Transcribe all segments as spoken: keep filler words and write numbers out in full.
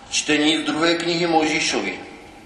Čtení z druhé knihy Mojžíšovi.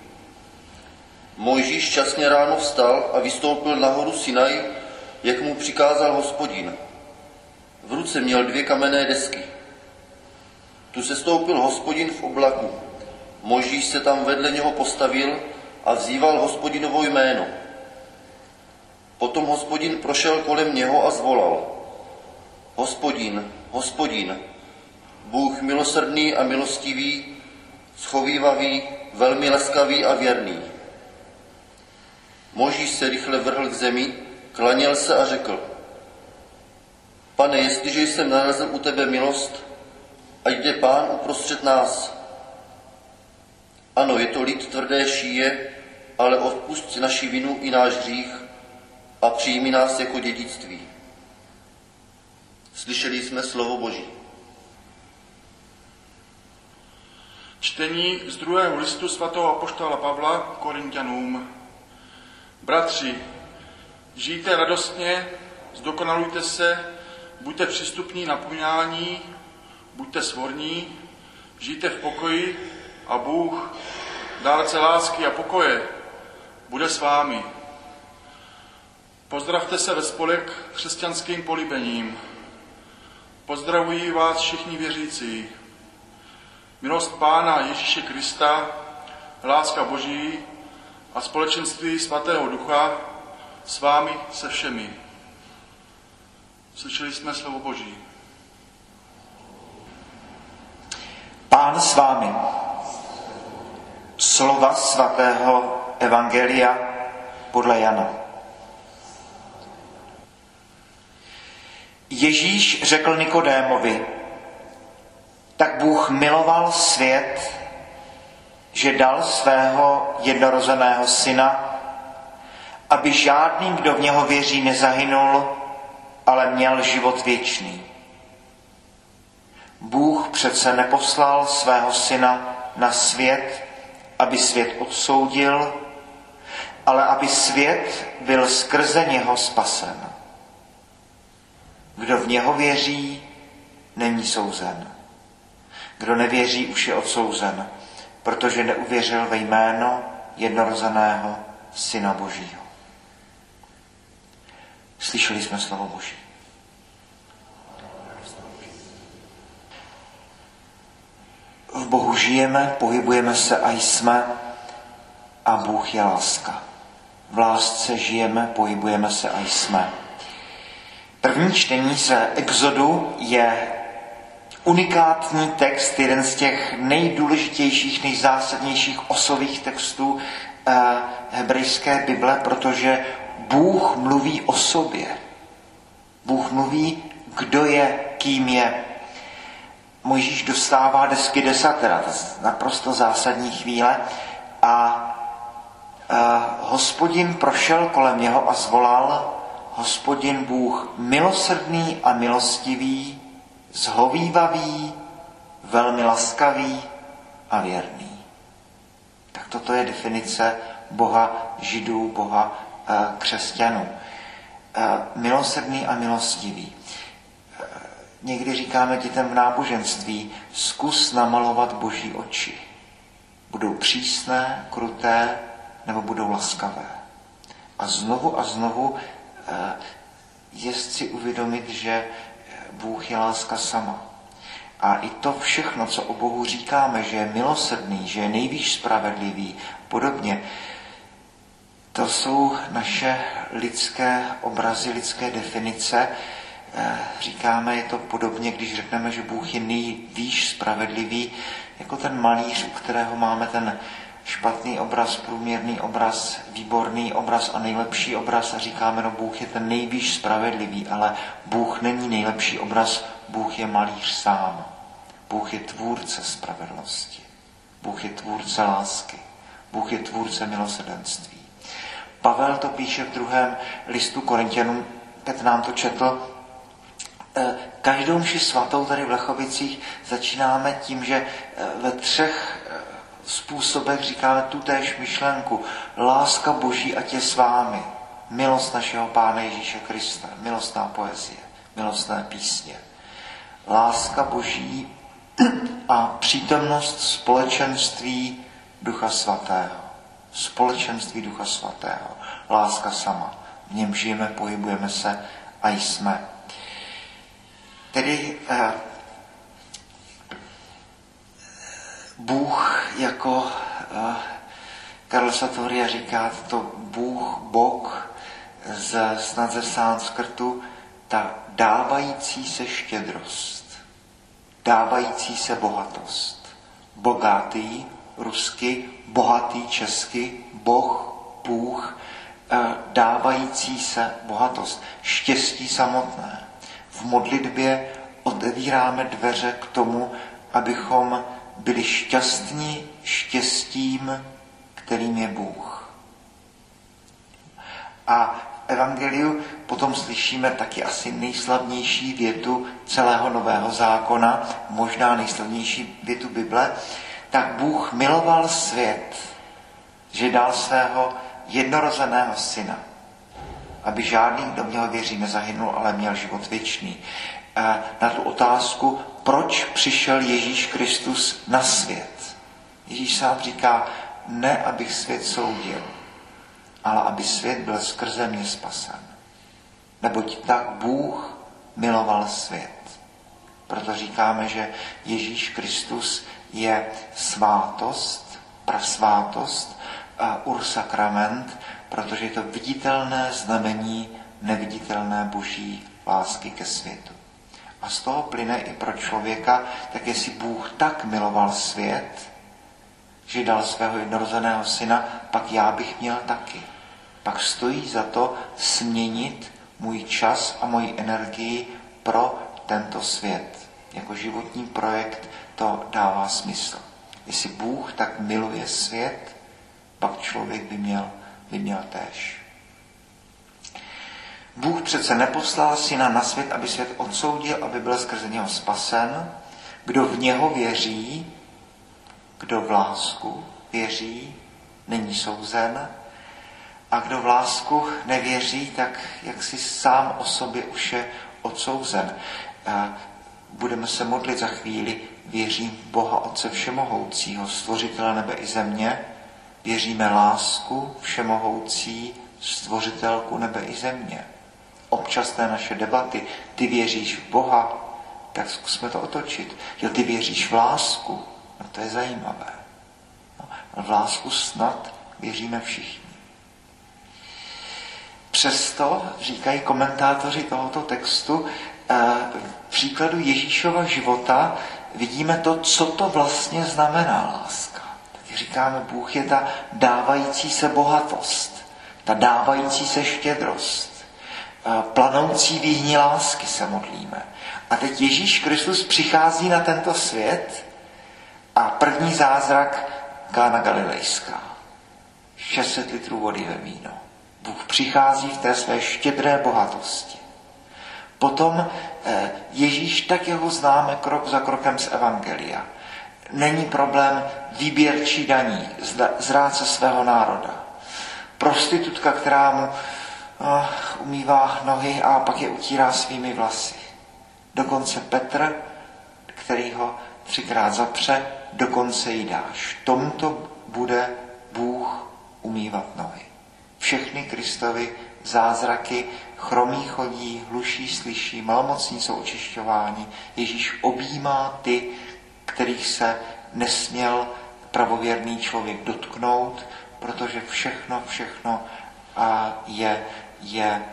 Mojžíš časně ráno vstal a vystoupil na horu Sinaj, jak mu přikázal Hospodin. V ruce měl dvě kamenné desky. Tu se stoupil Hospodin v oblaku. Mojžíš se tam vedle něho postavil a vzýval Hospodinovo jméno. Potom Hospodin prošel kolem něho a zvolal: Hospodin, Hospodin, Bůh milosrdný a milostivý, schovívavý, velmi laskavý a věrný. Mojžíš se rychle vrhl k zemi, klaněl se a řekl: Pane, jestliže jsem nalezl u tebe milost, ať jde Pán uprostřed nás. Ano, je to lid tvrdé šíje, ale odpusť naši vinu i náš hřích a přijmi nás jako dědictví. Slyšeli jsme slovo Boží. Čtení z druhého listu svatého apoštola Pavla Korinťanům. Bratři, žijte radostně, zdokonalujte se, buďte přístupní na poňání, buďte svorní, žijte v pokoji a Bůh, dárce lásky a pokoje, bude s vámi. Pozdravte se ve spolek křesťanským políbením. Pozdravují vás všichni věřící. Milost Pána Ježíše Krista, láska Boží a společenství svatého Ducha s vámi se všemi. Slyšeli jsme slovo Boží. Pán s vámi. Slova svatého evangelia podle Jana. Ježíš řekl Nikodémovi: tak Bůh miloval svět, že dal svého jednorozeného syna, aby žádný, kdo v něho věří, nezahynul, ale měl život věčný. Bůh přece neposlal svého syna na svět, aby svět odsoudil, ale aby svět byl skrze něho spasen. Kdo v něho věří, není souzen. Kdo nevěří, už je odsouzen, protože neuvěřil ve jméno jednorozeného Syna Božího. Slyšeli jsme slovo Boží. V Bohu žijeme, pohybujeme se a jsme a Bůh je láska. V lásce žijeme, pohybujeme se a jsme. První čtení ze Exodu je unikátní text, jeden z těch nejdůležitějších, nejzásadnějších osových textů eh, hebrejské Bible, protože Bůh mluví o sobě. Bůh mluví, kdo je, kým je. Mojžíš dostává desky desatera, to je naprosto zásadní chvíle, a eh, Hospodin prošel kolem něho a zvolal: Hospodin Bůh milosrdný a milostivý, zhovívavý, velmi laskavý a věrný. Tak toto je definice Boha Židů, Boha e, křesťanů. E, milosrdný a milostivý. E, někdy říkáme dětem v náboženství: zkus namalovat Boží oči. Budou přísné, kruté, nebo budou laskavé. A znovu a znovu e, je si uvědomit, že Bůh je láska sama. A i to všechno, co o Bohu říkáme, že je milosrdný, že je nejvíc spravedlivý, podobně, to jsou naše lidské obrazy, lidské definice. Říkáme, je to podobně, když řekneme, že Bůh je nejvíc spravedlivý, jako ten malíř, u kterého máme ten špatný obraz, průměrný obraz, výborný obraz a nejlepší obraz a říkáme, no Bůh je ten nejvíc spravedlivý, ale Bůh není nejlepší obraz, Bůh je malíř sám. Bůh je tvůrce spravedlnosti. Bůh je tvůrce lásky. Bůh je tvůrce milosrdenství. Pavel to píše v druhém listu Korinťanům, Petr nám to četl. Každou mši svatou tady v Lechovicích začínáme tím, že ve třech způsobech říkáme tutéž myšlenku. Láska Boží ať je s vámi. Milost našeho Pána Ježíše Krista. Milostná poezie. Milostné písně. Láska Boží a přítomnost společenství Ducha Svatého. Společenství Ducha Svatého. Láska sama. V něm žijeme, pohybujeme se a jsme. Tedy eh, Bůh, jako eh, Karl Satoria říká, to Bůh, Bog, z, snad ze sanskrtu, ta dávající se štědrost, dávající se bohatost. Bogatý, rusky, bohatý, česky, Boh, Bůh, dávající se bohatost. Štěstí samotné. V modlitbě otevíráme dveře k tomu, abychom byli šťastní štěstím, kterým je Bůh. A v Evangeliu potom slyšíme taky asi nejslavnější větu celého Nového zákona, možná nejslavnější větu Bible. Tak Bůh miloval svět, že dal svého jednorozeného syna, aby žádný, kdo v něho věří, nezahynul, ale měl život věčný. Na tu otázku, proč přišel Ježíš Kristus na svět. Ježíš sám říká, ne abych svět soudil, ale aby svět byl skrze mě spasen. Neboť tak Bůh miloval svět. Proto říkáme, že Ježíš Kristus je svátost, prasvátost, ur sakrament, protože je to viditelné znamení neviditelné boží lásky ke světu. A z toho plyne i pro člověka, tak jestli Bůh tak miloval svět, že dal svého jednorozeného syna, pak já bych měl taky. Pak stojí za to směnit můj čas a moji energii pro tento svět. Jako životní projekt to dává smysl. Jestli Bůh tak miluje svět, pak člověk by měl, by měl též. Bůh přece neposlal syna na svět, aby svět odsoudil, aby byl skrze něho spasen. Kdo v něho věří, kdo v lásku věří, není souzen. A kdo v lásku nevěří, tak jak si sám o sobě už je odsouzen. Budeme se modlit za chvíli. Věřím v Boha Otce Všemohoucího, Stvořitele nebe i země. Věříme lásku všemohoucí, Stvořitelku nebe i země. Občasné naše debaty, ty věříš v Boha, tak zkusme to otočit. Jo, ty věříš v lásku, no to je zajímavé. No, v lásku snad věříme všichni. Přesto, říkají komentátoři tohoto textu, v příkladu Ježíšova života vidíme to, co to vlastně znamená láska. Tak říkáme, Bůh je ta dávající se bohatost, ta dávající se štědrost, planoucí výhni lásky se modlíme. A teď Ježíš Kristus přichází na tento svět a první zázrak Kána Galilejská. šest set litrů vody ve víno. Bůh přichází v té své štědré bohatosti. Potom Ježíš, tak jeho známe krok za krokem z Evangelia. Není problém výběrčí daní, zrát se svého národa. Prostitutka, která mu uh, umývá nohy a pak je utírá svými vlasy. Dokonce Petr, který ho třikrát zapře, dokonce jí dáš. Tomuto bude Bůh umývat nohy. Všechny Kristovy zázraky, chromí chodí, hluší slyší, malomocní jsou očišťováni. Ježíš objímá ty, kterých se nesměl pravověrný člověk dotknout, protože všechno, všechno je, je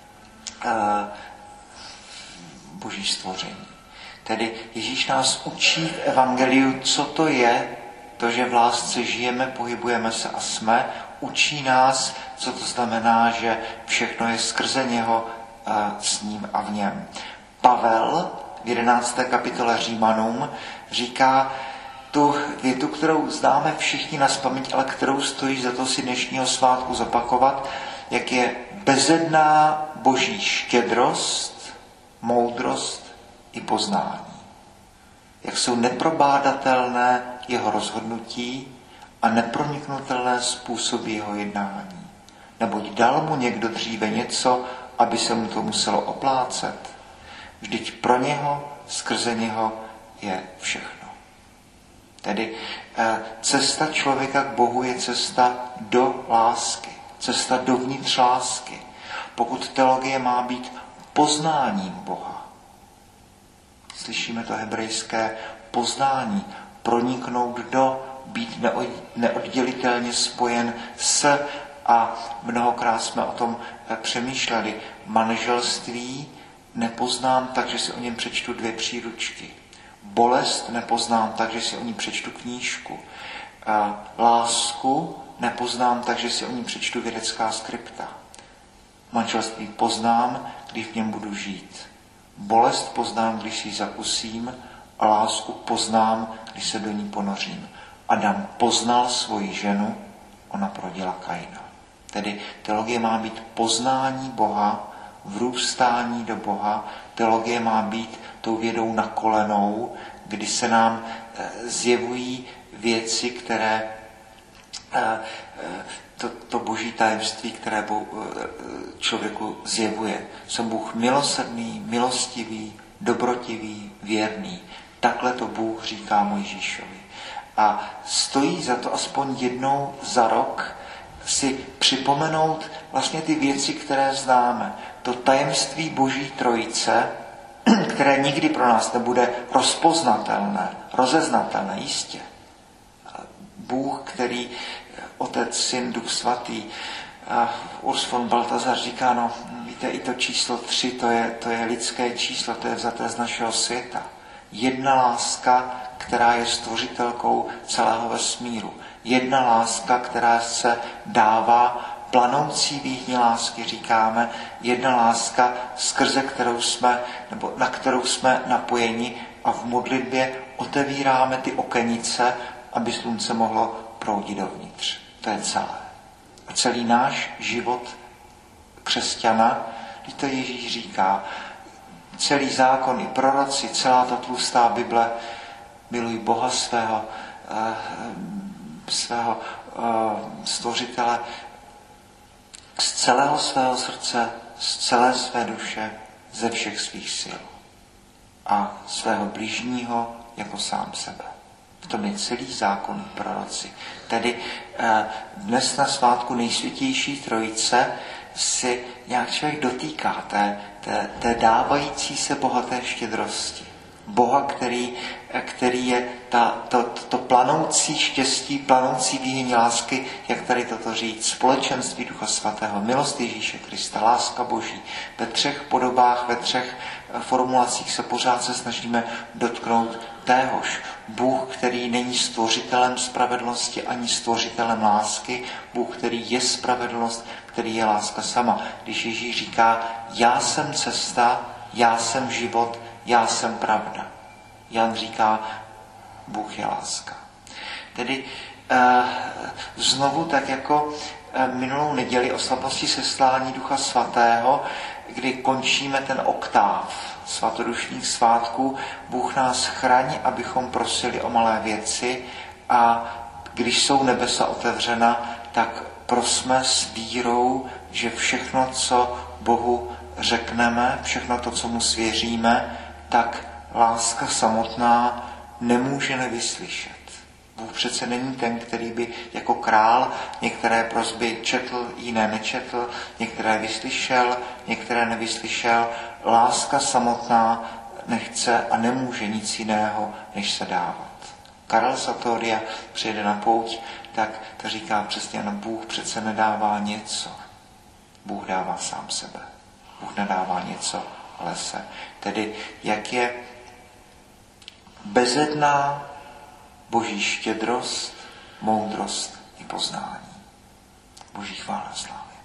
boží stvoření. Tedy Ježíš nás učí v Evangeliu, co to je, to, že v lásce žijeme, pohybujeme se a jsme. Učí nás, co to znamená, že všechno je skrze něho, s ním a v něm. Pavel v jedenácté kapitole Římanům říká tu větu, kterou známe všichni nazpaměť, ale kterou stojí za to si dnešního svátku zopakovat, jak je bezedná boží štědrost, moudrost i poznání. Jak jsou neprobádatelné jeho rozhodnutí a neproniknutelné způsoby jeho jednání. Neboť dal mu někdo dříve něco, aby se mu to muselo oplácet. Vždyť pro něho, skrze něho je všechno. Tedy cesta člověka k Bohu je cesta do lásky, cesta dovnitř lásky. Pokud teologie má být poznáním Boha, slyšíme to hebrejské poznání, proniknout do, být neoddělitelně spojen s, a mnohokrát jsme o tom přemýšleli, manželství nepoznám tak, že si o něm přečtu dvě příručky. Bolest nepoznám tak, že si o ní přečtu knížku. Lásku nepoznám tak, že si o ní přečtu vědecká skripta. Manželství poznám, když v něm budu žít. Bolest poznám, když si ji zakusím, a lásku poznám, když se do ní ponořím. Adam poznal svoji ženu, ona prodila Kaina. Tedy teologie má být poznání Boha, vrůstání do Boha. Teologie má být tou vědou na kolenou, kdy se nám zjevují věci, které to, to boží tajemství, které člověku zjevuje. Jsem Bůh milosrdný, milostivý, dobrotivý, věrný. Takhle to Bůh říká Mojžíšovi. A stojí za to aspoň jednou za rok si připomenout vlastně ty věci, které známe. To tajemství Boží trojice, které nikdy pro nás nebude rozpoznatelné, rozeznatelné, jistě. Bůh, který Otec, Syn, Duch Svatý, Urs von Balthasar říká, no víte, i to číslo tři, to je, to je lidské číslo, to je vzaté z našeho světa. Jedna láska, která je stvořitelkou celého vesmíru. Jedna láska, která se dává, planoucí výhni lásky říkáme, jedna láska, skrze kterou jsme, nebo na kterou jsme napojeni, a v modlitbě otevíráme ty okenice, aby slunce mohlo proudit dovnitř. To je celé. A celý náš život křesťana, když to Ježíš říká, celý zákon i proroci, celá ta tlustá Bible, miluj Boha svého, svého stvořitele z celého svého srdce, z celé své duše, ze všech svých sil a svého bližního jako sám sebe. V tom je celý zákon i proroci. Tedy dnes na svátku Nejsvětější Trojice si nějak člověk dotýká té, té, té dávající se bohaté štědrosti. Boha, který, který je ta, to, to planoucí štěstí, planoucí výhň lásky, jak tady toto říct, společenství Ducha Svatého, milost Ježíše Krista, láska Boží. Ve třech podobách, ve třech formulacích se pořád se snažíme dotknout téhož. Bůh, který není stvořitelem spravedlnosti ani stvořitelem lásky, Bůh, který je spravedlnost, který je láska sama. Když Ježíš říká, já jsem cesta, já jsem život, já jsem pravda. Jan říká, Bůh je láska. Tedy eh, znovu tak jako eh, minulou neděli o slavnosti seslání Ducha Svatého, kdy končíme ten oktáv svatodušních svátků, Bůh nás chraň, abychom prosili o malé věci, a když jsou nebesa otevřena, tak prosme s vírou, že všechno, co Bohu řekneme, všechno to, co mu svěříme, tak láska samotná nemůže nevyslyšet. Bůh přece není ten, který by jako král některé prosby četl, jiné nečetl, některé vyslyšel, některé nevyslyšel. Láska samotná nechce a nemůže nic jiného, než se dávat. Karel Satoria přijede na pouť, tak to říká přesně, no Bůh přece nedává něco. Bůh dává sám sebe. Bůh nedává něco, ale se. Tedy jak je bezedná Boží štědrost, moudrost i poznání. Boží chvála, slávy.